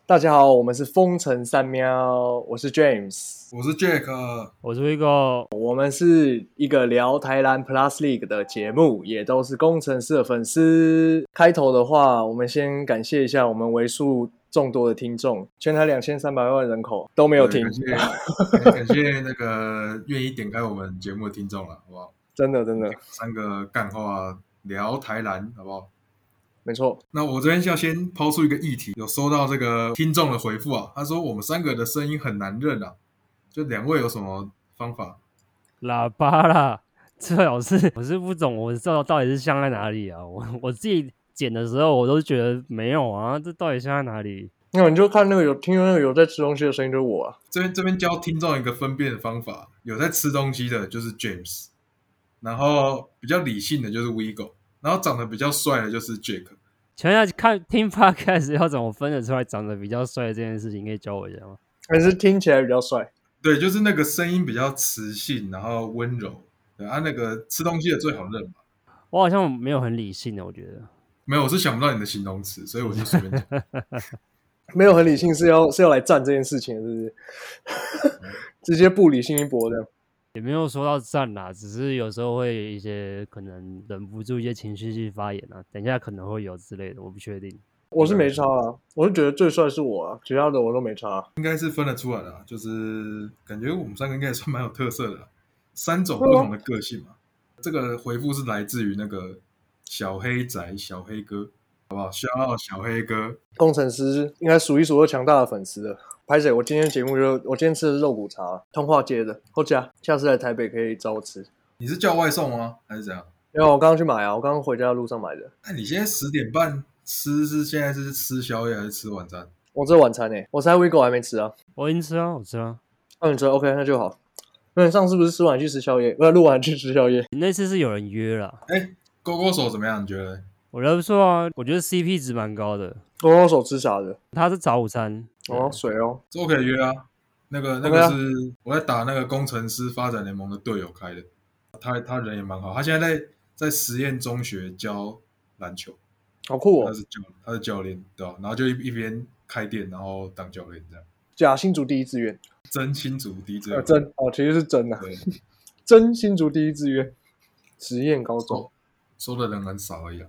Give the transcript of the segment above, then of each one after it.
大家好，我们是风城三喵，我是 James， 我是 Jack， 我是一个我们是一个聊台篮 Plus League 的节目，也都是工程师的粉丝。开头的话，我们先感谢一下我们为数众多的听众，全台2300万人口都没有听， 感谢那个愿意点开我们节目的听众了，好不好？ 真的， 三个干话聊台篮，好不好？ 没错。 那我这边要先抛出一个议题，有收到这个听众的回复啊，他说我们三个的声音很难认啊，就两位有什么方法？ 喇叭啦，最好是我是不懂，我知道到底是像在哪里啊？我自己剪的时候，我都觉得没有啊，这到底像在哪里？ 那你就看那个听那个有在吃东西的声音，就是我啊。 这边教听众一个分辨的方法，有在吃东西的就是 James， 然后比较理性的就是 Vigo， 然后长得比较帅的就是 Jack。 请问一下，听 podcast 要怎么分得出来长得比较帅的这件事情，可以教我一下吗？ 还是听起来比较帅？ 对，就是那个声音比较磁性，然后温柔。对啊，那个吃东西的最好认嘛。 我好像没有很理性的，我觉得没有，我是想不到你的形容词，所以我就随便讲。 没有很理性是要来赞这件事情，是不是？直接不理性一波这样。 也没有说到赞啦，只是有时候会一些可能忍不住一些情绪去发言啊，等一下可能会有之类的，我不确定。 我是没差啊，我是觉得最帅是我啊，其他的我都没差。 应该是分得出来的啊，就是感觉我们三个应该也算蛮有特色的啊，三种不同的个性嘛。这个回复是来自于那个小黑仔小黑哥，好不好？笑傲小黑哥， 工程师应该数一数二强大的粉丝了。拍谁？我今天节目我今天吃的是肉骨茶，通化街的，好家，下次来台北可以找我吃。 你是叫外送吗？还是怎样？ 因为我刚刚去买啊，我刚刚回家的路上买的。 那你现在10点半吃现在是吃宵夜还是吃晚餐？ 我这晚餐欸，我猜 Vigo 还没吃啊。 我已经吃了，我吃了。 那你吃 OK 那就好。那你上次不是吃完去吃宵夜，录完去吃宵夜？ 那次是有人约了。 勾勾手怎么样？你觉得？ 我觉得不错啊，我觉得 CP 值蛮高的。 我手吃啥的？ 他是早午餐哦，水哦， 这我可以约啊。那个是我在打那个工程师发展联盟的队友开的，他人也蛮好，他现在在实验中学教篮球， 好酷哦。 他是教练，对吧？然后就一边开店，然后当教练这样。 假新竹第一志愿， 真新竹第一志愿， 真哦，其实是真啊， 对， 真新竹第一志愿，实验高中， 收的人很少而已啊。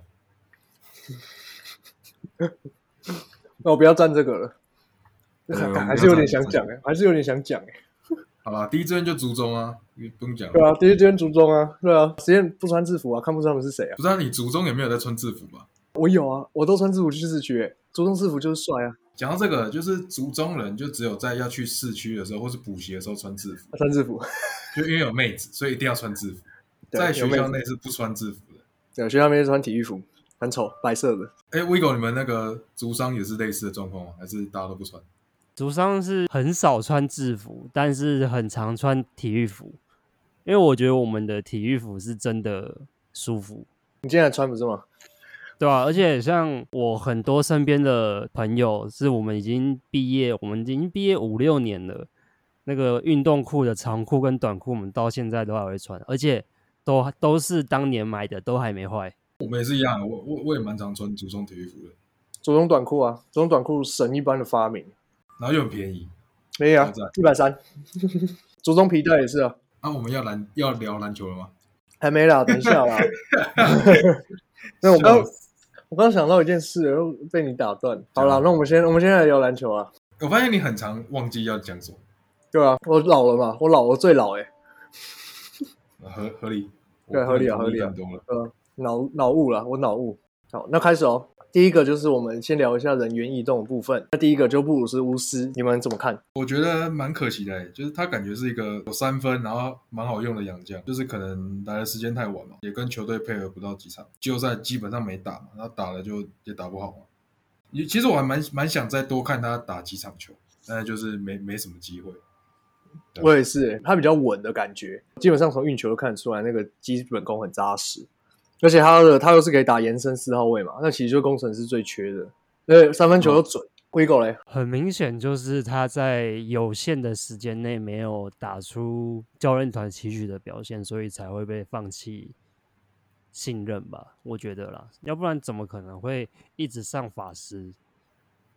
那我不要站这个了。还是有点想讲好啦，第一志愿就竹中啊，不用讲了。 对啊，第一志愿竹中啊，对啊，实验不穿制服啊，看不出他们是谁啊。 不知道你竹中有没有在穿制服吧？ 我有啊，我都穿制服去市区，竹中制服就是帅啊。 讲到这个，就是竹中人就只有在要去市区的时候，或是补习的时候穿制服。 穿制服， 就因为有妹子，所以一定要穿制服。在学校内是不穿制服的。 对，学校内穿体育服，很丑，白色的。 Vigo，你们那个竹商也是类似的状况吗？还是大家都不穿？ 竹商是很少穿制服，但是很常穿体育服，因为我觉得我们的体育服是真的舒服。 你今天还穿不是吗？ 对啊，而且像我很多身边的朋友，是我们已经毕业5、6年了，那个运动裤的长裤跟短裤，我们到现在都还会穿，而且都是当年买的，都还没坏。 我们也是一样，我也蛮常穿竹中体育服的。 竹中短裤啊，竹中短裤神一般的发明， 然后又很便宜。 可以啊，130。竹中皮带也是啊。 我们要聊篮球了吗？ 还没啦，等一下啦。那我刚想到一件事，又被你打断。好啦，那我们先来聊篮球啊。 我发现你很常忘记要讲什么。 对啊，我老了嘛，我最老合理。 对，合理啊。 多了。 脑雾啦，我脑雾。好，那开始哦。第一个就是我们先聊一下人员异动的部分。那第一个就布鲁斯巫师，你们怎么看？ 我觉得蛮可惜的，就是他感觉是一个有3分，然后蛮好用的洋将，就是可能来的时间太晚嘛，也跟球队配合不到几场，季后赛基本上没打嘛，然后打了就也打不好嘛。其实我还蛮想再多看他打几场球，但是就是没什么机会。 我也是，他比较稳的感觉，基本上从运球就看得出来那个基本功很扎实。而且他又是可以打延伸4号位嘛，那其实就工程师最缺的，对，3分球又准。Vigo 嘞， 很明显就是他在有限的时间内没有打出教练团期许的表现，所以才会被放弃信任吧，我觉得啦，要不然怎么可能会一直上法师？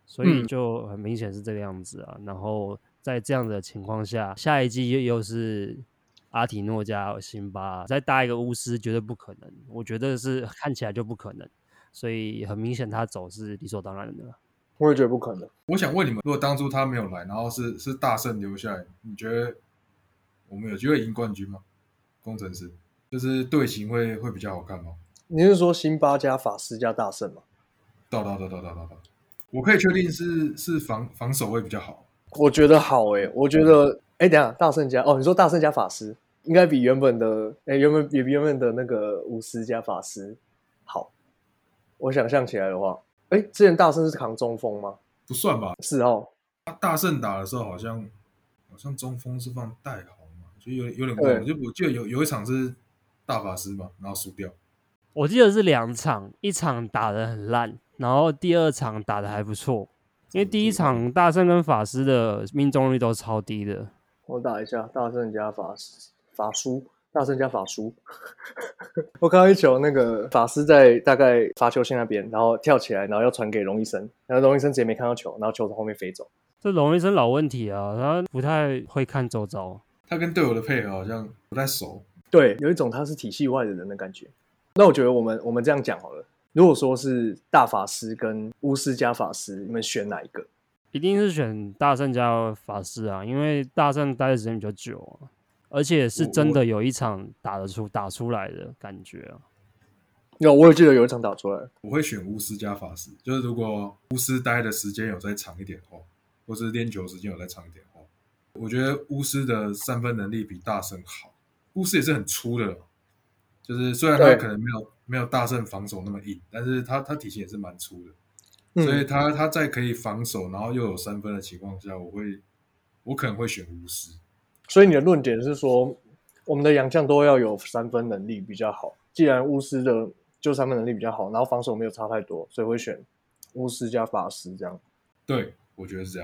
所以就很明显是这个样子啊。然后在这样的情况下，下一季又是阿提诺加辛巴，再搭一个巫师绝对不可能，我觉得是看起来就不可能，所以很明显他走是理所当然的。 我也觉得不可能。 我想问你们，如果当初他没有来，然后是大圣留下来，你觉得我们有机会赢冠军吗？工程师就是队形会比较好看吗？ 你是说辛巴加法师加大圣吗？ 到，我可以确定是防守会比较好。 我觉得好我觉得等一下大圣加你说大圣加法师应该比原本的比原本的那个巫师加法师好。我想象起来的话，之前大圣是扛中锋吗？ 不算吧， 是哦。 大圣打的时候好像中锋是放代豪嘛，就有点忘了，就我记得有一场是大法师嘛，然后输掉。 我记得是2场，一场打得很烂，然后第2场打得还不错，因为第一场大圣跟法师的命中率都超低的。 我打一下大圣加法书，大圣加法书。我看到一球，那个法师在大概罚球线那边，然后跳起来，然后要传给龙医生，然后龙医生直接没看到球，然后球从后面飞走。 这龙医生老问题啊，他不太会看周遭， 他跟队友的配合好像不太熟。 对，有一种他是体系外的人的感觉。那我觉得我们这样讲好了，如果说是大法师跟巫师加法师，你们选哪一个？ 一定是选大圣加法师啊，因为大圣待的时间比较久啊，而且是真的有一场打出来的感觉啊。 我也记得有一场打出来。 我会选巫师加法师，就是如果巫师待的时间有再长一点的话，或是练球时间有再长一点的话，我觉得巫师的3分能力比大圣好。巫师也是很粗的，就是虽然他可能没有大圣防守那么硬，但是他体型也是蛮粗的，所以他在可以防守，然后又有3分的情况下，我可能会选巫师。 所以你的论点是说，我们的洋将都要有3分能力比较好。既然巫师的就3分能力比较好，然后防守没有差太多，所以会选巫师加法师这样。 对，我觉得是这样。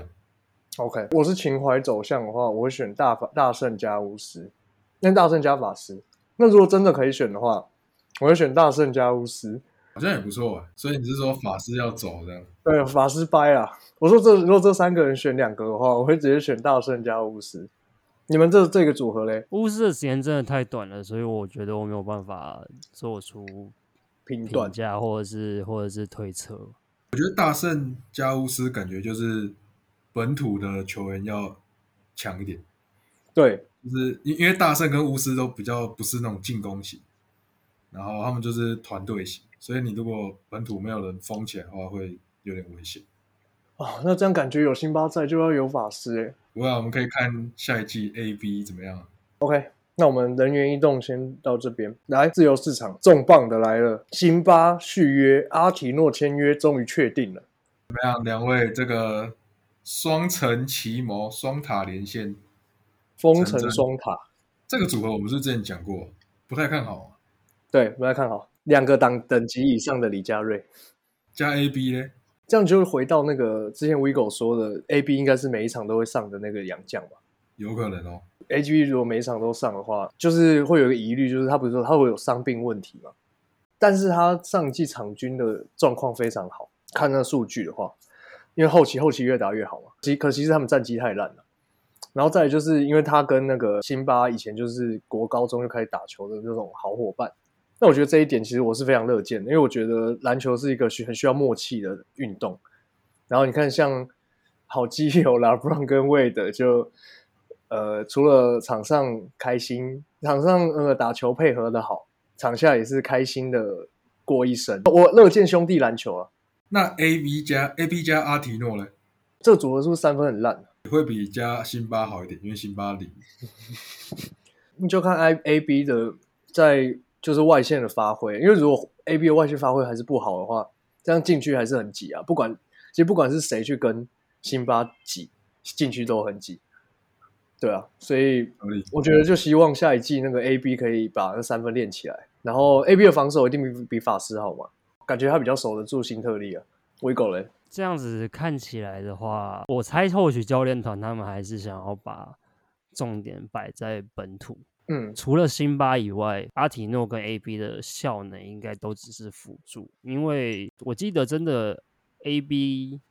OK， 我是情怀走向的话，我会选大圣加巫师，那大圣加法师。那如果真的可以选的话，我会选大圣加巫师， 好像也不错。所以你是说法师要走这样？ 对，法师掰啦。我说如果这3个人选2个的话，我会直接选大圣加巫师。你们这个组合嘞？ 巫师的时间真的太短了，所以我觉得我没有办法做出评价或者是推测。 我觉得大圣加巫师感觉就是本土的球员要强一点。 对， 就是因为大圣跟巫师都比较不是那种进攻型，然后他们就是团队型，所以你如果本土没有人封起来的话，会有点危险。 那这样感觉有辛巴在就要有法师不过我们可以看下一季 A、B 怎么样。 OK， 那我们人员异动先到这边。来，自由市场重磅的来了，辛巴续约，阿提诺签约终于确定了。 怎么样，两位这个双城奇谋、双塔连线， 封城双塔这个组合我们是之前讲过，不太看好。 对，不太看好，2个等级以上的李佳瑞加 A、B 呢？ 这样就会回到那个之前 Vigo 说的 ，AB 应该是每一场都会上的那个洋将吧？ 有可能哦。 AGB 如果每一场都上的话，就是会有一个疑虑，就是他不是说他会有伤病问题嘛？但是他上一季场均的状况非常好，看那数据的话，因为后期越打越好嘛。可惜是他们战绩太烂了。然后再来就是因为他跟那个辛巴以前就是国高中就开始打球的那种好伙伴。那我觉得这一点其实我是非常乐见的，因为我觉得篮球是一个很需要默契的运动。然后你看像好基友LeBron跟 Wade 就除了场上开心，场上打球配合的好，场下也是开心的过一生。我乐见兄弟篮球啊。 那 AB 加阿提诺呢？ 这个组合是不是3分很烂？ 会比加辛巴好一点，因为辛巴零。 你就看 AB 的在就是外线的发挥，因为如果 AB 的外线发挥还是不好的话，这样禁区还是很挤啊。其实不管是谁去跟辛巴挤，禁区都很挤。对啊，所以我觉得就希望下一季那个 AB 可以把那3分练起来，然后 AB 的防守一定比法师好嘛，感觉他比较守得住辛特利啊。Vigo 嘞， 这样子看起来的话，我猜或许教练团他们还是想要把重点摆在本土。除了辛巴以外，阿提诺跟 AB 的效能应该都只是辅助，因为我记得真的 AB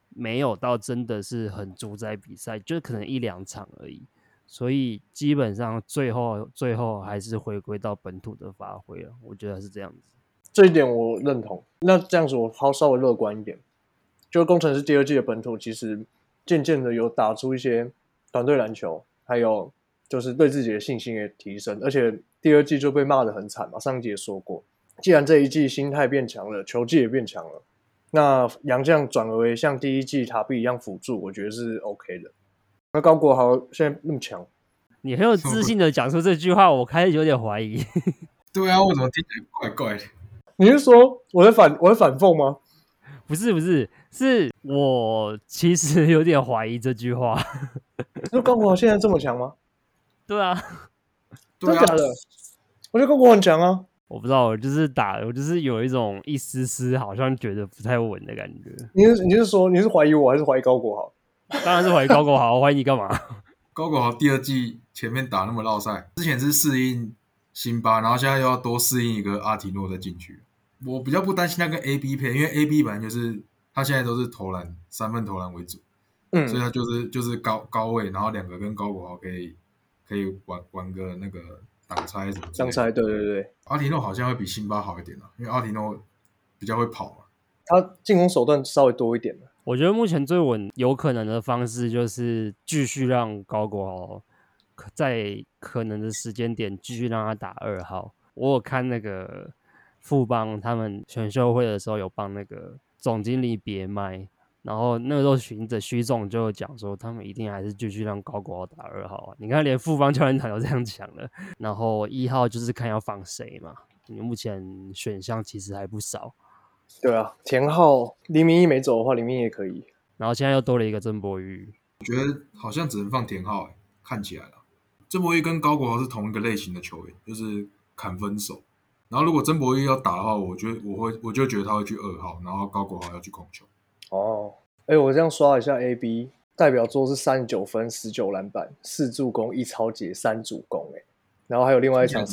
没有到真的是很主宰比赛，就可能1-2场而已。所以基本上最后还是回归到本土的发挥了，我觉得是这样子。 这一点我认同。那这样子我稍微乐观一点，就工程师第二季的本土其实渐渐的有打出一些团队篮球，还有就是对自己的信心也提升，而且第二季就被骂得很惨嘛，上一季也说过，既然这一季心态变强了，球技也变强了，那洋将转而为像第一季塔比一样辅助，我觉得是 OK 的。那高国豪现在那么强， 你很有自信的讲出这句话，我开始有点怀疑。 对啊，我怎么听起来怪怪的？ 你是说我在反讽吗？ 不是，是我其实有点怀疑这句话。 你说高国豪现在这么强吗？ 对啊， 对啊真假的？我觉得高国豪很强啊。 我不知道，我就是有一种一丝丝好像觉得不太稳的感觉。 你是说你是怀疑我还是怀疑高国豪？ 当然是怀疑高国豪，我怀疑你干嘛？ 高国豪第二季前面打那么落赛，之前是适应辛巴，然后现在又要多适应一个阿提诺的禁区。我比较不担心他跟 AB 配，因为 AB 本来就是他现在都是投篮3分投篮为主，所以他就是高位，然后2个跟高国豪可以玩个那个挡拆什么之类的。 挡拆，对对对。 阿提诺好像会比辛巴好一点啊，因为阿提诺比较会跑嘛， 他进攻手段稍微多一点的。 我觉得目前最稳有可能的方式就是继续让高国豪在可能的时间点继续让他打2号。我有看那个富邦他们选秀会的时候有帮那个总经理别麦，然后那个时候徐总就有讲说他们一定还是继续让高国豪打2号啊。你看连富邦教练团都这样讲了，然后1号就是看要放谁嘛，你目前选项其实还不少。 对啊，田浩黎明一没走的话，黎明也可以。 然后现在又多了一个曾博玉， 我觉得好像只能放田浩，看起来了。曾博玉跟高国豪是同一个类型的球员，就是砍分手。然后如果曾博玉要打的话，我就觉得他会去2号，然后高国豪要去控球。 哦，我这样刷一下 AB， 代表作是39分、19篮板、4助攻、1抄截、3主攻，然后还有另外一场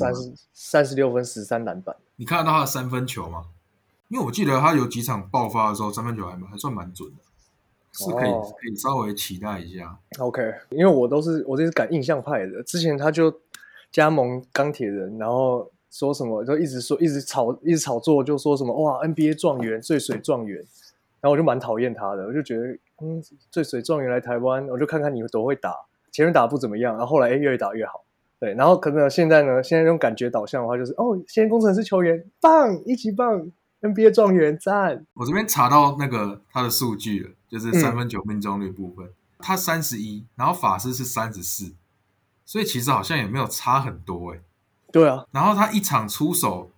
36分、13篮板。 你看得到他的3分球吗？因为我记得他有几场爆发的时候，3分球还算蛮准的，是可以稍微期待一下。 OK， 因为我这是赶印象派的，之前他就加盟钢铁人，然后说什么就一直炒作，就说什么哇 NBA 状元、最水状元，然后我就蛮讨厌他的，我就觉得最水状元来台湾，我就看看你多会打，前面打不怎么样，然后后来越打越好。对，然后可能现在这种感觉导向的话，就是现在工程师球员棒，一起棒。NBA 状元赞！ 我这边查到那个他的数据了，就是3分球命中率部分，他31，然后法师是34，所以其实好像也没有差很多对啊， 然后他一场出手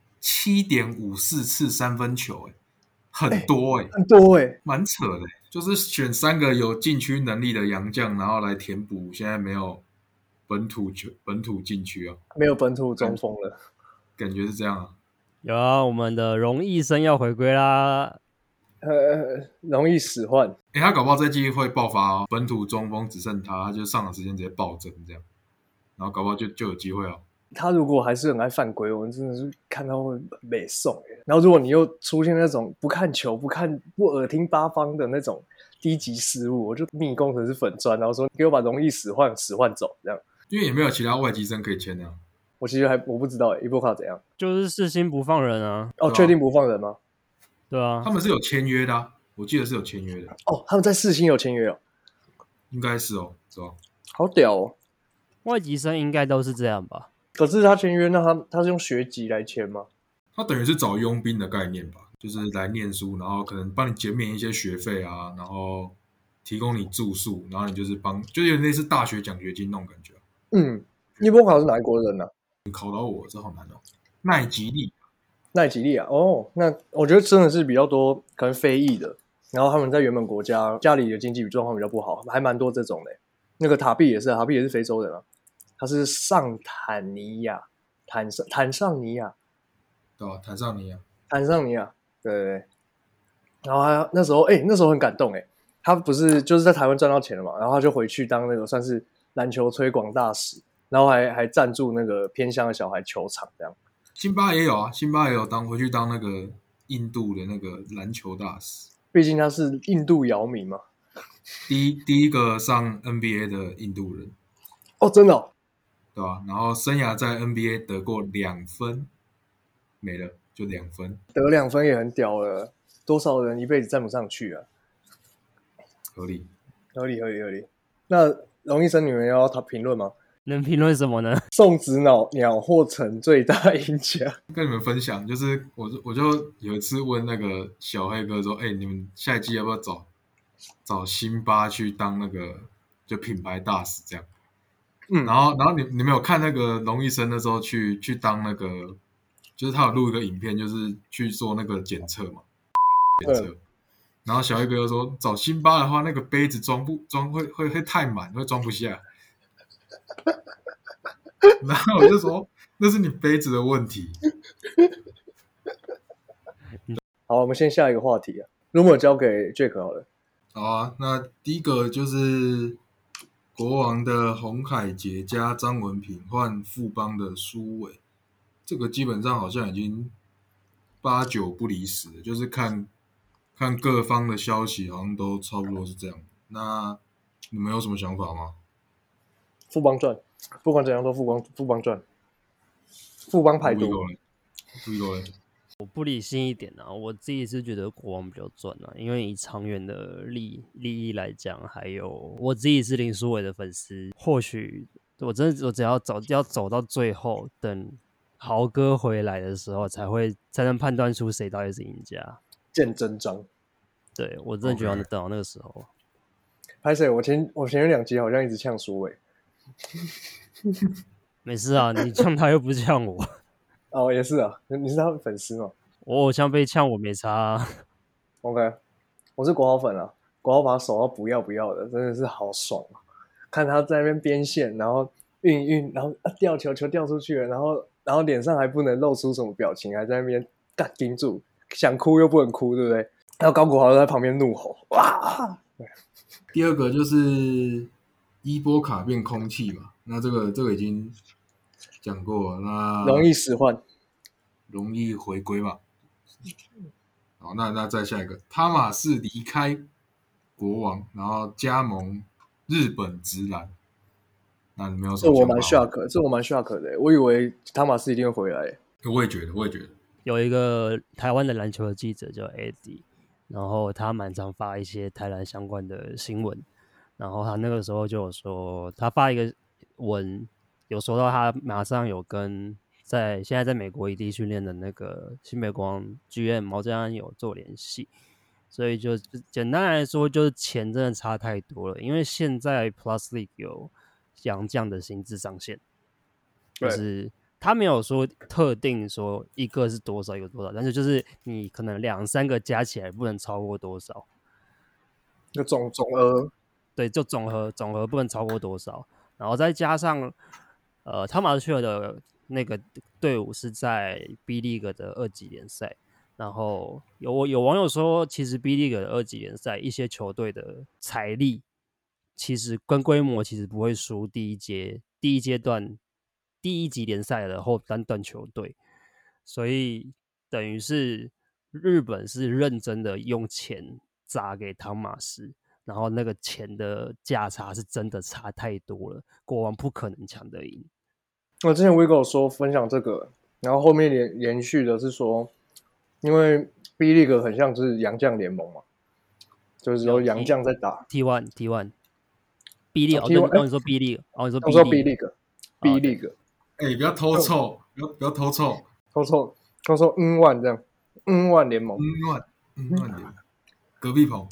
7.54次3分球很多很多蛮扯的就是选3个有禁区能力的洋将，然后来填补现在没有本土禁区啊， 没有本土中锋了， 感觉是这样啊。 有啊，我们的荣毅生要回归啦， 容易使唤。 他搞不好这季会爆发本土中锋只剩他就上场时间直接暴增这样，然后搞不好就有机会哦。 他如果还是很爱犯规，我们真的是看到会美送然后如果你又出现那种不看球、不耳听八方的那种低级失误，我就密工程师粉专，然后说给我把容易使唤走这样。 因为也没有其他外籍生可以签啊。 我其实我不知道伊波卡怎样， 就是世新不放人啊。 确定不放人吗？ 对啊， 他们是有签约的啊，我记得是有签约的。 他们在世新有签约应该是是吧？ 好屌外籍生应该都是这样吧？ 可是他签约，那他是用学籍来签吗？ 他等于是找佣兵的概念吧，就是来念书，然后可能帮你减免一些学费啊，然后提供你住宿，然后你就是就有点类似大学奖学金那种感觉。 伊波卡是哪一国人啊？ 你考到我，这好难哦。奈吉利啊，那我觉得真的是比较多可能非裔的，然后他们在原本国家里的经济状况比较不好，还蛮多这种的。那个塔比也是非洲人啊，他是坦桑尼亚， 对吧？坦桑尼亚， 对。然后他那时候很感动他不是就是在台湾赚到钱了嘛，然后他就回去当那个算是篮球推广大使，然后还赞助那个偏乡的小孩球场这样。 辛巴也有啊，回去当那个印度的那个篮球大使， 毕竟他是印度姚明嘛， 第一个上 NBA 的印度人， 哦，真的哦， 对吧？然后生涯在 NBA 得过2分，没了就2分， 得2分也很屌了，多少人一辈子站不上去啊？ 合理。 合理合理合理。那龙医生，你们要他评论吗？ 能评论什么呢？ 送子鸟或成最大赢家。 跟你们分享，就是我就有一次问那个小黑哥说，你们下一季要不要找辛巴去当那个就品牌大使这样？然后你们有看那个龙医生那时候去当那个，就是他有录一个影片，就是去做那个检测嘛，检测。然后小黑哥又说，找辛巴的话，那个杯子装会太满，会装不下。然后我就说，那是你杯子的问题。 好，我们先下一个话题啊。rumor 交给 Jack 好了。 好啊，那第一个就是国王的洪凯杰加张文平换富邦的苏伟，这个基本上好像已经8、9不离10了，就是看各方的消息，好像都差不多是这样。那你们有什么想法吗？ 富邦赚，不管怎样都富邦赚，富邦排毒。 注意了， 我不理性一点啊，我自己是觉得国王比较赚啊，因为以长远的利益来讲，还有我自己是林书伟的粉丝，或许我只要走到最后，等豪哥回来的时候，才能判断出谁到底是赢家。 见真章。 对，我真的觉得要等到那个时候。 拍谁？我前面2集好像一直呛苏伟。 没事啊，你呛他又不是呛我。 哦，也是啊，你是他的粉丝吗？ 我偶像被呛我没差啊。 OK，我是国豪粉啊，国豪把他守到不要不要的，真的是好爽啊！看他在那边边线，然后运，然后掉球掉出去了，然后脸上还不能露出什么表情，还在那边干盯住，想哭又不能哭，对不对？然后高国豪在旁边怒吼，哇！ 第二个就是伊波卡变空气嘛，那这个已经讲过了，那容易使唤， 容易回归嘛。好，那再下一个，汤马士离开国王，然后加盟日本职篮，那你们有什么想法？ 这我蛮 shock 的，我以为汤马斯一定会回来。 我也觉得。 有一个台湾的篮球的记者叫 Eddie， 然后他蛮常发一些台篮相关的新闻，然后他那个时候就有说，他发一个文，有说到他马上有跟现在在美国异地训练的那个新北国王 GM 毛正安有做联系，所以就简单来说，就是钱真的差太多了，因为现在 Plus League 有洋将的薪资上限，就是他没有说特定说一个是多少一个多少，但是就是你可能2-3个加起来不能超过多少， 那总额， 对，就总和不能超过多少，然后再加上汤马斯的那个队伍是在 B League 的2级联赛，然后有网友说，其实 B League 的2级联赛一些球队的财力其实跟规模其实不会输第一阶段第1级联赛的后单段球队，所以等于是日本是认真的用钱砸给汤马斯，然后那个钱的价差是真的差太多了，国王不可能抢得赢。 我之前 Vigo 说分享这个，然后后面连续的是说，因为 B League 很像是洋将联盟嘛，就是说洋将在打 T1 B League，你说 B League， 你说 B League， 不要偷臭，不要偷臭， 偷臭万这样万联盟， 万联盟，隔壁棚，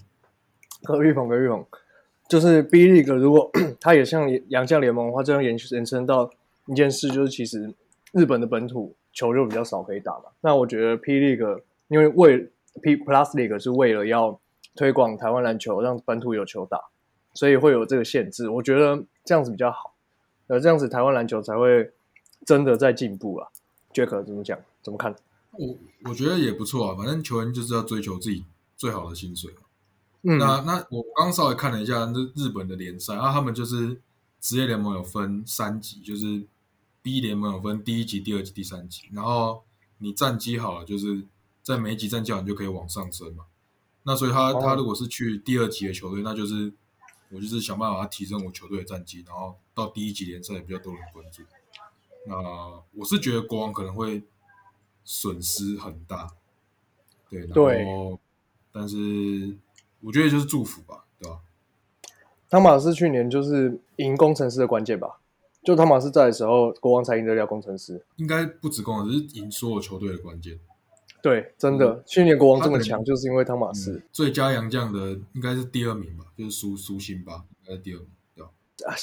就是 B League 如果它也像洋将联盟的话，这样延伸到一件事，就是其实日本的本土球就比较少可以打嘛。那我觉得 P League 因为Plus League 是为了要推广台湾篮球，让本土有球打，所以会有这个限制。我觉得这样子比较好，这样子台湾篮球才会真的在进步啦。Jack 怎么讲？怎么看？ 我觉得也不错啊，反正球员就是要追求自己最好的薪水嘛。那我刚稍微看了一下日本的联赛，他们就是职业联盟有分3级，就是 B 联盟有分第1级、第2级、第3级，然后你战绩好了，就是在每一级战绩好，你就可以往上升嘛。 那所以他如果是去第2级的球队，那就是我就是想办法提升我球队的战绩，然后到第1级联赛也比较多人关注。那我是觉得国王可能会损失很大，对，然后但是我觉得就是祝福吧，对吧？ 汤马斯去年就是赢工程师的关键吧，就汤马斯在的时候，国王才赢得了工程师。 应该不止工程师，是赢所有球队的关键。 对，真的，去年国王这么他强，就是因为汤马斯。 最佳洋将的应该是第2名吧，就是苏辛巴，应该是第2名，对吧？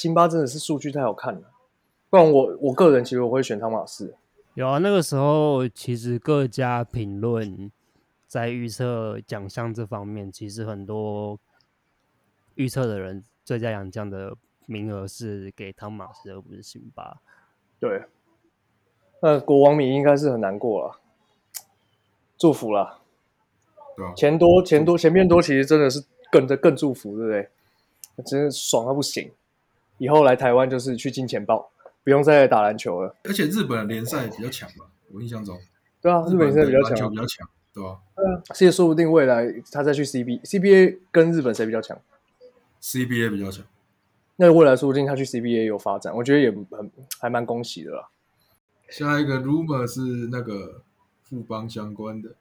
有啊，那个时候其实各家评论在预测奖项这方面，其实很多预测的人最佳洋将的名额是给汤马斯，而不是辛巴。 对，那国王迷应该是很难过了，祝福啦。 对吧？ 前面多，其实真的是更祝福，对不对？真的爽到不行。以后来台湾就是去金钱豹，不用再打篮球了。 而且日本的联赛比较强吧，我印象中， 对啊，日本现在比较强， 篮球比较强，对吧？ 对啊，而且说不定未来他再去 CBA 跟日本谁比较强？ CBA 比较强。 那未来说不定他去 CBA 有发展，我觉得也还蛮恭喜的啦。 下一个 rumor 是那个富邦相关的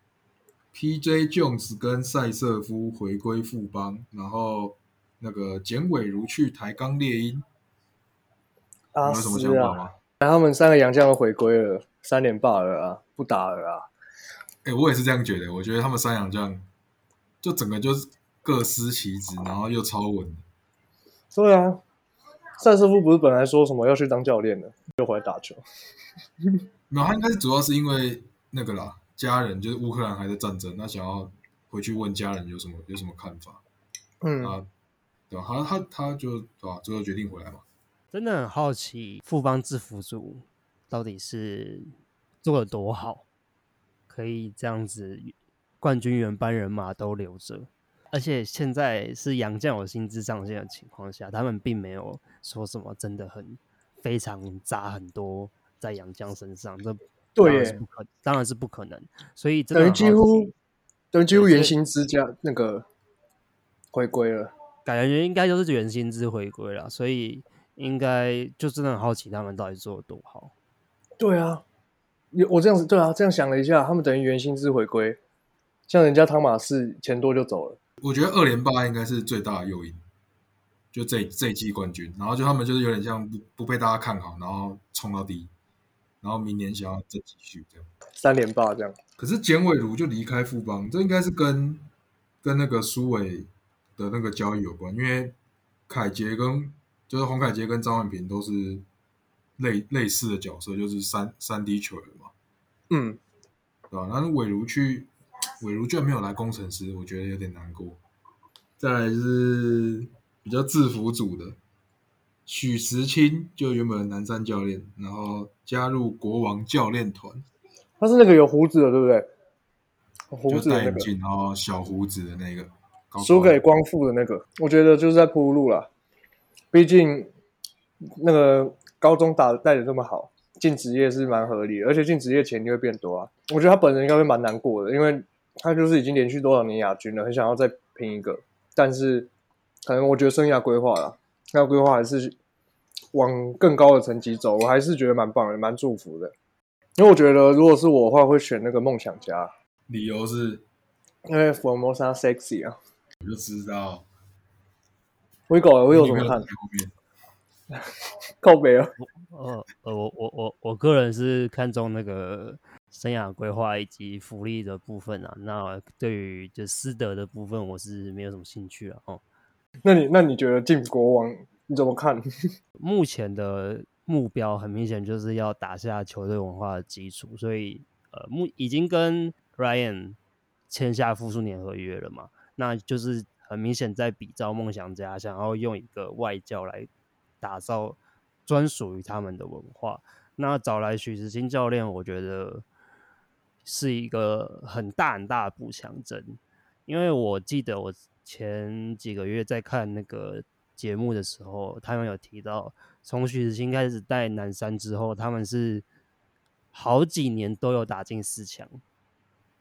，PJ Jones 跟塞瑟夫回归富邦，然后那个简伟如去台钢猎鹰， 阿你有什么斯啊， 想法吗？ 他们3个洋将都回归了，3连霸了啊，不打了啊。 我也是这样觉得，我觉得他们3洋将就整个就是各司其职，然后又超稳的。 对啊，塞瑟夫不是本来说什么要去当教练的，就回来打球。 没有，他应该是主要是因为那个啦，家人就是乌克兰还在战争，他想要回去问家人有什么看法。啊，对吧？他就对吧？最后决定回来嘛。 真的很好奇富邦制服组到底是做的多好，可以这样子冠军原班人马都留着，而且现在是洋将有薪资上限的情况下，他们并没有说什么真的非常砸很多在洋将身上，这当然是不可能，所以真的很好奇， 等于几乎原薪资加那个回归了。 感觉应该就是原薪资回归了，所以应该就真的很好奇他们到底做的多好。 对啊，我这样子对啊，这样想了一下，他们等于原薪资回归，像人家汤马士钱多就走了。 我觉得2连霸应该是最大的诱因，就这一季冠军，然后就他们就是有点像不被大家看好，然后冲到第一，然后明年想要再继续这样。 3连霸这样。 可是简伟如就离开富邦，这应该是跟那个苏伟的那个交易有关，因为就是洪凯杰跟张婉平都是类似的角色，就是三 D 球员嘛， 嗯， 对吧？然后伟如居然没有来工程师，我觉得有点难过。再来是比较制服组的许时清，就原本的南山教练，然后加入国王教练团， 他是那个有胡子的，对不对？胡就子的那个， 戴眼镜，然后小胡子的那个， 输给光复的那个，我觉得就是在铺路了。毕竟那个高中带的这么好，进职业是蛮合理的，而且进职业钱就会变多啊。我觉得他本人应该会蛮难过的，因为他就是已经连续多少年亚军了，很想要再拼一个，但是可能我觉得生涯规划啦，生涯规划还是往更高的层级走，我还是觉得蛮棒的，蛮祝福的。因为我觉得如果是我的话，会选那个梦想家， 理由是因为 Formosa sexy 啊。 我就知道， 我有怎么看？靠北啊！ 我个人是看中那个生涯规划以及福利的部分啊。那对于就师德的部分，我是没有什么兴趣了哦。 那你觉得进国王你怎么看？ 目前的目标很明显就是要打下球队文化的基础，所以已经跟 Ryan 签下复数年合约了嘛，那就是很明显在比照梦想家，想要用一个外教来打造专属于他们的文化。那找来许时清教练，我觉得是一个很大的补强针，因为我记得我前几个月在看那个节目的时候，他们有提到，从许时清开始带南山之后，他们是好几年都有打进4强，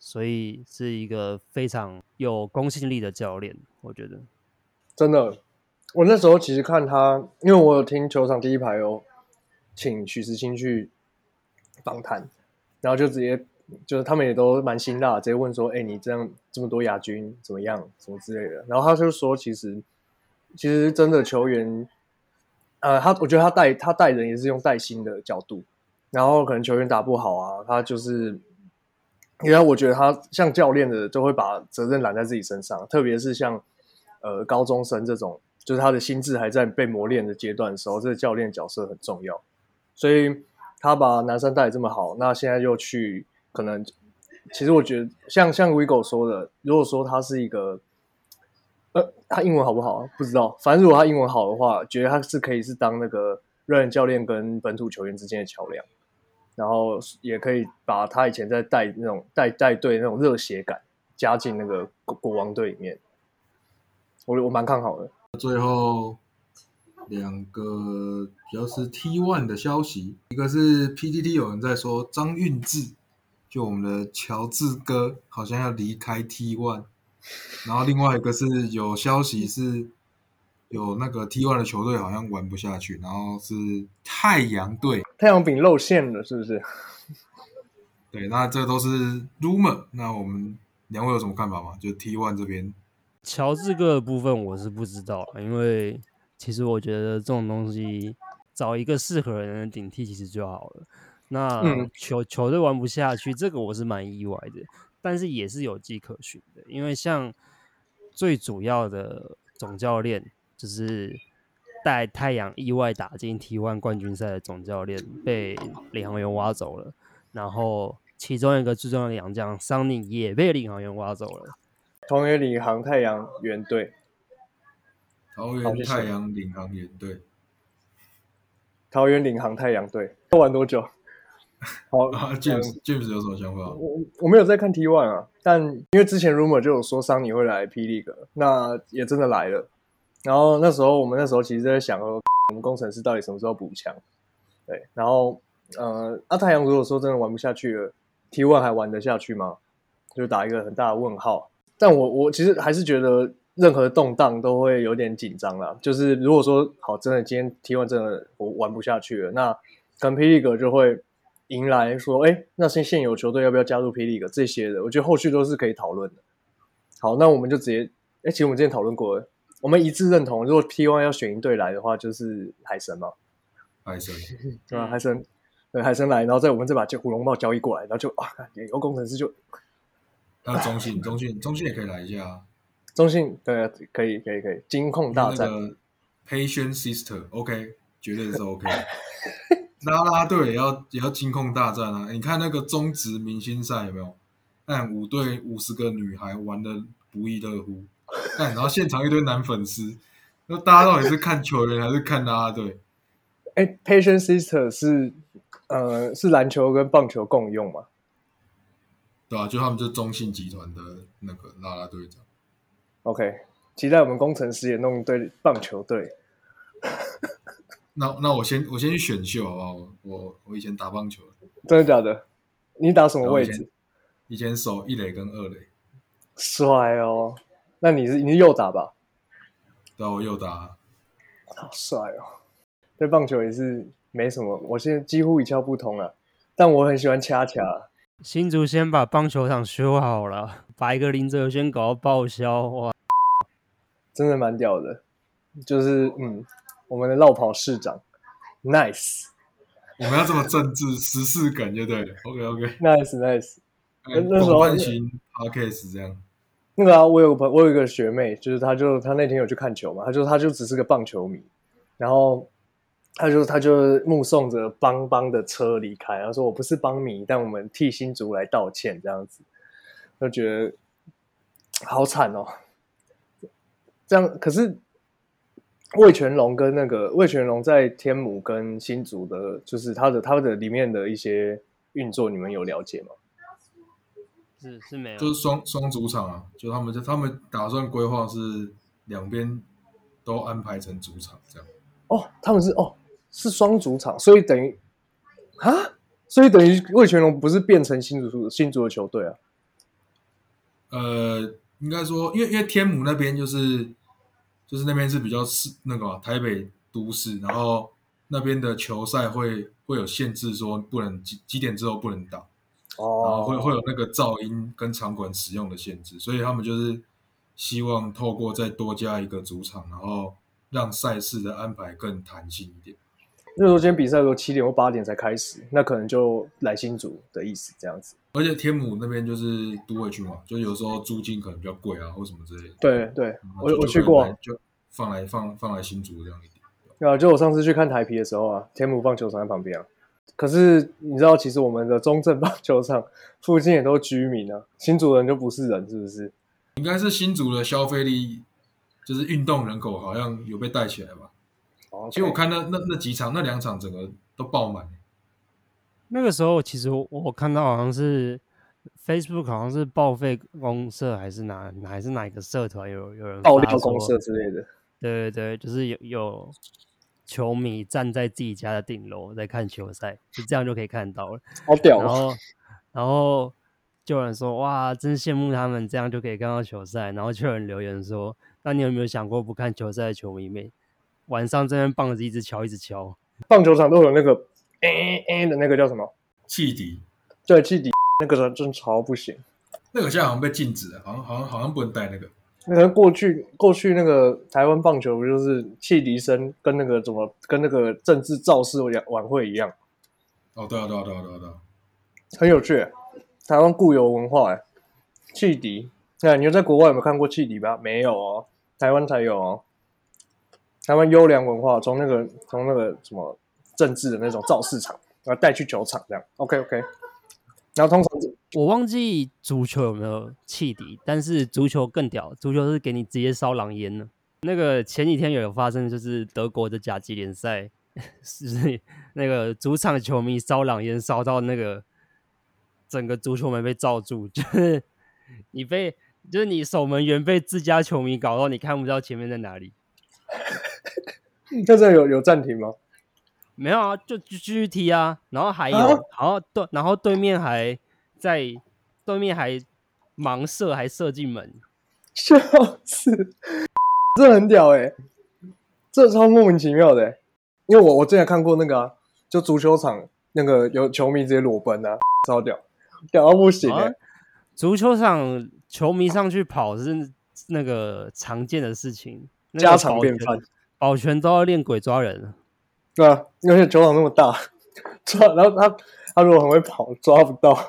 所以是一个非常有公信力的教练，我觉得。 真的，我那时候其实看他，因为我有听球场第一排有请许时清去访谈，然后就直接就是他们也都蛮辛辣，直接问说：“哎，你这么多亚军怎么样？什么之类的。”然后他就说，其实真的球员，我觉得他带人也是用带薪的角度，然后可能球员打不好啊，他就是因为我觉得他像教练的就会把责任揽在自己身上，特别是像高中生这种，就是他的心智还在被磨练的阶段的时候，这个教练角色很重要。所以他把男生带得这么好，那现在又去可能，其实我觉得像 Vigo 说的，如果说他是一个，他英文好不好不知道，反正如果他英文好的话，觉得他是可以是当那个热人教练跟本土球员之间的桥梁，然后也可以把他以前在带那种带队那种热血感加进那个国王队里面，我蛮看好的。 最后两个比较是 T1 的消息，一个是 PTT 有人在说张运志，就我们的乔治哥好像要离开 T1， 然后另外一个是有消息是有那个 T1 的球队好像玩不下去，然后是太阳队， 太阳饼露馅了，是不是？ 对，那这都是 rumor， 那我们两位有什么看法吗？就 T1 这边。 乔治哥的部分我是不知道，因为其实我觉得这种东西找一个适合的人顶替其实就好了。那球队玩不下去，这个我是蛮意外的，但是也是有迹可循的，因为像最主要的总教练就是带太阳意外打进 T1 冠军赛的总教练被领航员挖走了，然后其中一个最重要的洋将桑尼也被领航员挖走了。 同源领航太阳猿队， 桃园太阳领航员队， 桃园领航太阳队要玩多久？好 James 有什么想法？ 我没有在看 T1 啊，但因为之前 rumor 就有说桑尼会来霹雳哥，那也真的来了。然后我们那时候其实在想说，我们工程师到底什么时候补强？对，然后太阳如果说真的玩不下去了 ，T1 还玩得下去吗？就打一个很大的问号。但我其实还是觉得任何动荡都会有点紧张啦。就是如果说好，真的今天 T1 真的我玩不下去了，那可能霹雳哥就会迎来说，那现有球队要不要加入霹雳哥这些的，我觉得后续都是可以讨论的。好，那我们就直接，其实我们之前讨论过了，我们一致认同，如果 T1 要选一队来的话，就是海神嘛， 海神， 对吧？海神，对，海神来，然后我们再把虎龙豹交易过来，然后就有工程师就。 还有中信也可以来一下啊。 中信对，可以，金控大战。 那个 Patient Sister，OK， 绝对是 OK。啦啦队也要金控大战啊！你看那个中职明星赛有没有？看5队50个女孩玩的不亦乐乎，然后现场一堆男粉丝，那大家到底是看球员还是看啦啦队 ？Patient Sister 是篮球跟棒球共用嘛？ 对啊，就他们就是中信集团的那个啦啦队长。 OK， 期待我们工程师也弄一队棒球队。 那我先去选秀好不好？我以前打棒球， 真的假的？你打什么位置？ 以前守一垒跟二垒。 帅哦！那你是右打吧？ 对啊，我右打。 好帅哦！对棒球也是没什么，我现在几乎一窍不通了，但我很喜欢恰恰。 新竹先把棒球场修好了，把一个林哲轩搞到报销，哇， 真的蛮屌的。就是我们的绕跑市长 ，nice。 我们要这么政治时事感就对了 ，nice。那时候广泛型 podcast 这样。 那个我有一个学妹，就是她那天有去看球嘛，她就只是个棒球迷，然后她就目送着邦的车离开，然后说我不是邦迷，但我们替新竹来道歉这样子，就觉得好惨哦。这样可是味全龙跟那个味全龙在天母跟新竹的，就是他的里面的一些运作，你们有了解吗？ 是没有， 就是双主场啊，就他们打算规划是两边都安排成主场这样。 他们是双主场，所以等于味全龙不是变成新竹的球队啊？ 应该说，因为天母那边就是那边是比较那个台北都市，然后那边的球赛会有限制，说不能几点之后不能打，然后会有那个噪音跟场馆使用的限制，所以他们就是希望透过再多加一个主场，然后让赛事的安排更弹性一点。 如果说今天比赛都7点或8点才开始，那可能就来新竹的意思这样子。 而且天母那边就是都会区嘛，就有时候租金可能比较贵啊，或什么之类的。 对，我去过， 就放来新竹这样一点。 啊，就我上次去看台啤的时候啊，天母棒球场在旁边啊。可是你知道，其实我们的中正棒球场附近也都居民啊，新竹人就不是人，是不是？ 应该是新竹的消费力，就是运动人口好像有被带起来吧。其实我看那几场，那2场整个都爆满。 那个时候其实我看到好像是 Facebook 好像是报废公社还是哪一个社团有人爆料公社之类的。 对，就是有球迷站在自己家的顶楼在看球赛，就这样就可以看到了。 好屌哦！ 然后就有人说哇，真羡慕他们这样就可以看到球赛。然后就有人留言说，那你有没有想过不看球赛的球迷们晚上这边棒子一直敲一直敲？ 棒球场都有那个的那个叫什么汽笛？ 对，汽笛那个真超不行。 那个现在好像被禁止了，好像不能带那个。 可能过去那个台湾棒球不就是汽笛声跟那个跟那个政治造势晚会一样？ 哦，对啊， 很有趣。台湾固有文化汽笛。那你在国外有没有看过汽笛吧？没有哦，台湾才有哦。台湾优良文化，从那个什么政治的那种造势场，然后带去球场这样。OK， 然后通常我忘记足球有没有汽笛，但是足球更屌，足球是给你直接烧狼烟的。那个前几天有发生，就是德国的甲级联赛，是那个主场球迷烧狼烟，烧到那个整个足球门被罩住，就是你守门员被自家球迷搞到，你看不到前面在哪里。 那这有暂停吗？ 没有啊，就继续踢啊，然后还有，然后对面还盲射，还射进门， 笑死！这很屌这超莫名其妙的因为我之前看过那个啊，就足球场那个有球迷直接裸奔啊，超屌到不行足球场球迷上去跑是那个常见的事情， 家常便饭， 保全都要练鬼抓人。 对啊，而且球场那么大，然后他如果很会跑，抓不到，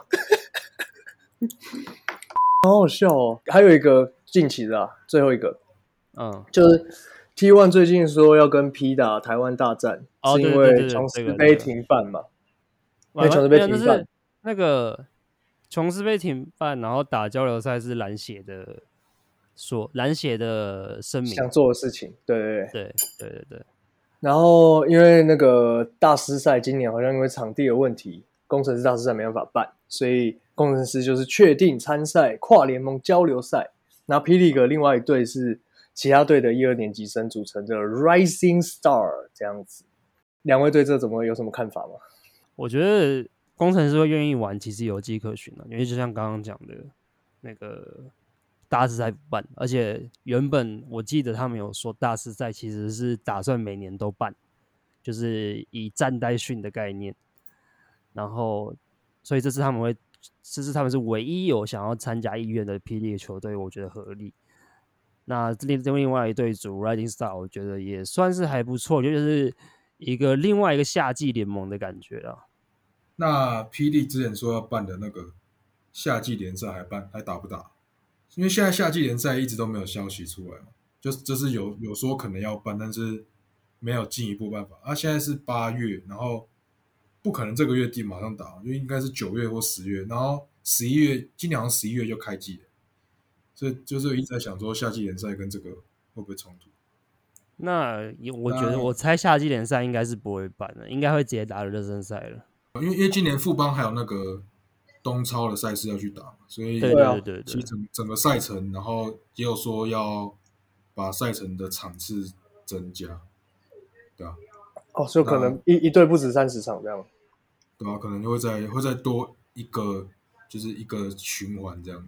好好笑哦。还有一个近期的最后一个，就是 T1 最近说要跟 P 打台湾大战，是因为琼斯杯停办嘛？因为琼斯杯停办， 那个琼斯杯停办，然后打交流赛是蓝血的声明想做的事情，对。然后因为那个大师赛今年好像因为场地的问题，工程师大师赛没办法办，所以工程师就是确定参赛跨联盟交流赛。然后霹雳哥另外一队是其他队的1、2年级生组成的 Rising Star 这样子。两位对这有什么看法吗？ 我觉得工程师会愿意玩，其实有迹可循因为就像刚刚讲的那个大师赛不办，而且原本我记得他们有说大师赛其实是打算每年都办，就是以战代训的概念，然后所以这次他们是唯一有想要参加意愿的霹雳球队，我觉得合理。那另外一队组 Rising Star 我觉得也算是还不错，就是另外一个夏季联盟的感觉啦。 那霹雳之前说要办的那个夏季联赛还打不打？因为现在夏季联赛一直都没有消息出来嘛，就是有说可能要办，但是没有进一步办法。现在是8月，然后不可能这个月底马上打，就应该是9月或10月，然后11月，今年好像11月就开季了，所以就是一直在想说夏季联赛跟这个会不会冲突？ 那我觉得我猜夏季联赛应该是不会办的，应该会直接打热身赛了。 因为今年富邦还有那个东超的赛事要去打，所以对， 其实整个赛程，然后也有说要把赛程的场次增加，对啊。 所以可能一队不止30场这样。 对啊，可能会再多一个，就是一个循环这样子。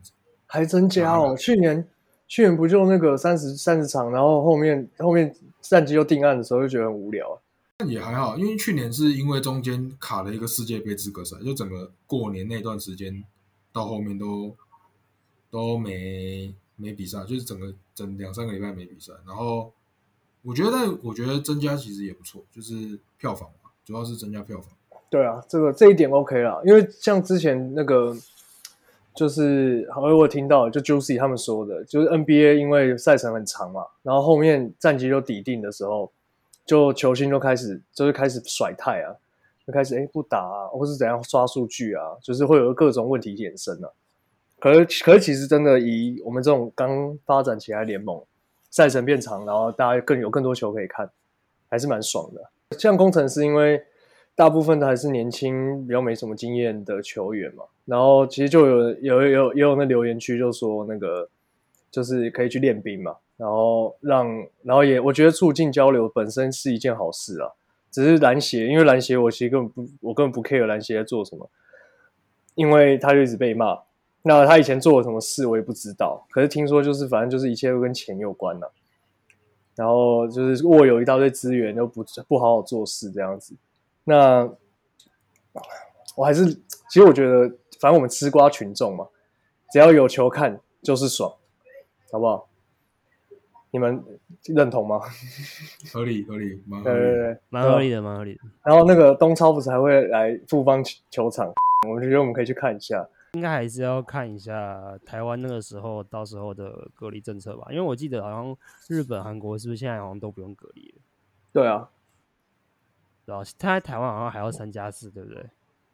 还增加哦。去年不就那个30场，然后后面战绩又定案的时候就觉得很无聊。 但也还好，因为去年是因为中间卡了一个世界杯资格赛，就整个过年那段时间到后面都没比赛，就是整2-3个礼拜没比赛。然后我觉得增加其实也不错，就是票房嘛，主要是增加票房。 对啊，这一点 OK 啦，因为像之前那个就是好像我有听到就 Juicy 他们说的，就是 NBA 因为赛程很长嘛，然后后面战绩就底定的时候，就球星就开始甩态啊，就开始不打啊，或是怎样刷数据啊，就是会有各种问题衍生啊。可是其实真的以我们这种刚发展起来的联盟，赛程变长，然后大家有更多球可以看，还是蛮爽的。像工程师，因为大部分的还是年轻、比较没什么经验的球员嘛，然后其实就有那留言区就说那个就是可以去练兵嘛，然后也我觉得促进交流本身是一件好事啊。只是篮协，因为篮协我其实根本不 care 篮协在做什么，因为他就一直被骂。那他以前做了什么事我也不知道，可是听说就是反正就是一切都跟钱有关了，然后就是握有一大堆资源又不好好做事这样子。那我还是其实我觉得，反正我们吃瓜群众嘛，只要有球看就是爽，好不好？你们认同吗？ 合理，蛮合理的。 对， 蛮合理的，蛮合理的。 然后那个东超不是还会来富邦球场，我觉得我们可以去看一下。 应该还是要看一下台湾那个时候到时候的隔离政策吧，因为我记得好像日本、韩国是不是现在好像都不用隔离了？ 对啊， 对吧？他在台湾好像还要3+4，对不对？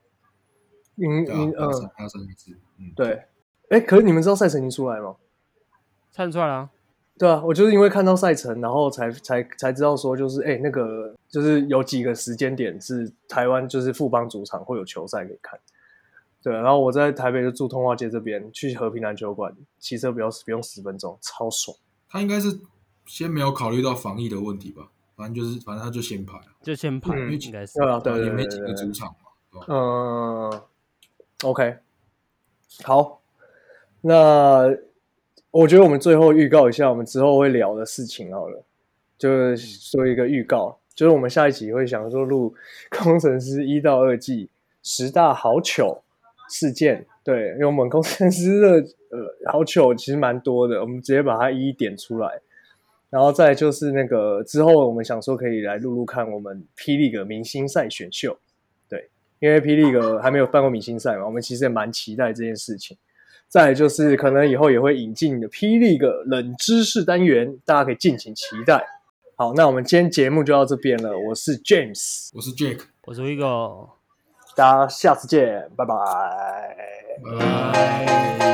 还要3+4， 对。可是你们知道赛程已经出来吗？ 看出来了啊。 对啊，我就是因为看到赛程，然后才知道说，就是那个就是有几个时间点是台湾就是富邦主场会有球赛可以看。对，然后我在台北就住通化街这边，去和平篮球馆，骑车不用10分钟，超爽。 他应该是先没有考虑到防疫的问题吧，反正他就先排， 应该是对， 也没几个主场嘛。 OK， 好，那我觉得我们最后预告一下我们之后会聊的事情好了，就是说一个预告，就是我们下一集会想说录工程师1到2季10大好糗事件。对，因为我们工程师的好糗其实蛮多的，我们直接把它一一点出来。然后再来就是那个之后我们想说可以来录看我们霹雳个明星赛选秀。对，因为霹雳个还没有办过明星赛嘛，我们其实也蛮期待这件事情。再来就是可能以后也会引进的霹雳个冷知识单元，大家可以敬请期待。好，那我们今天节目就到这边了。我是 James， 我是 Jake， 我是Vigo， 大家下次见，拜拜。 拜拜。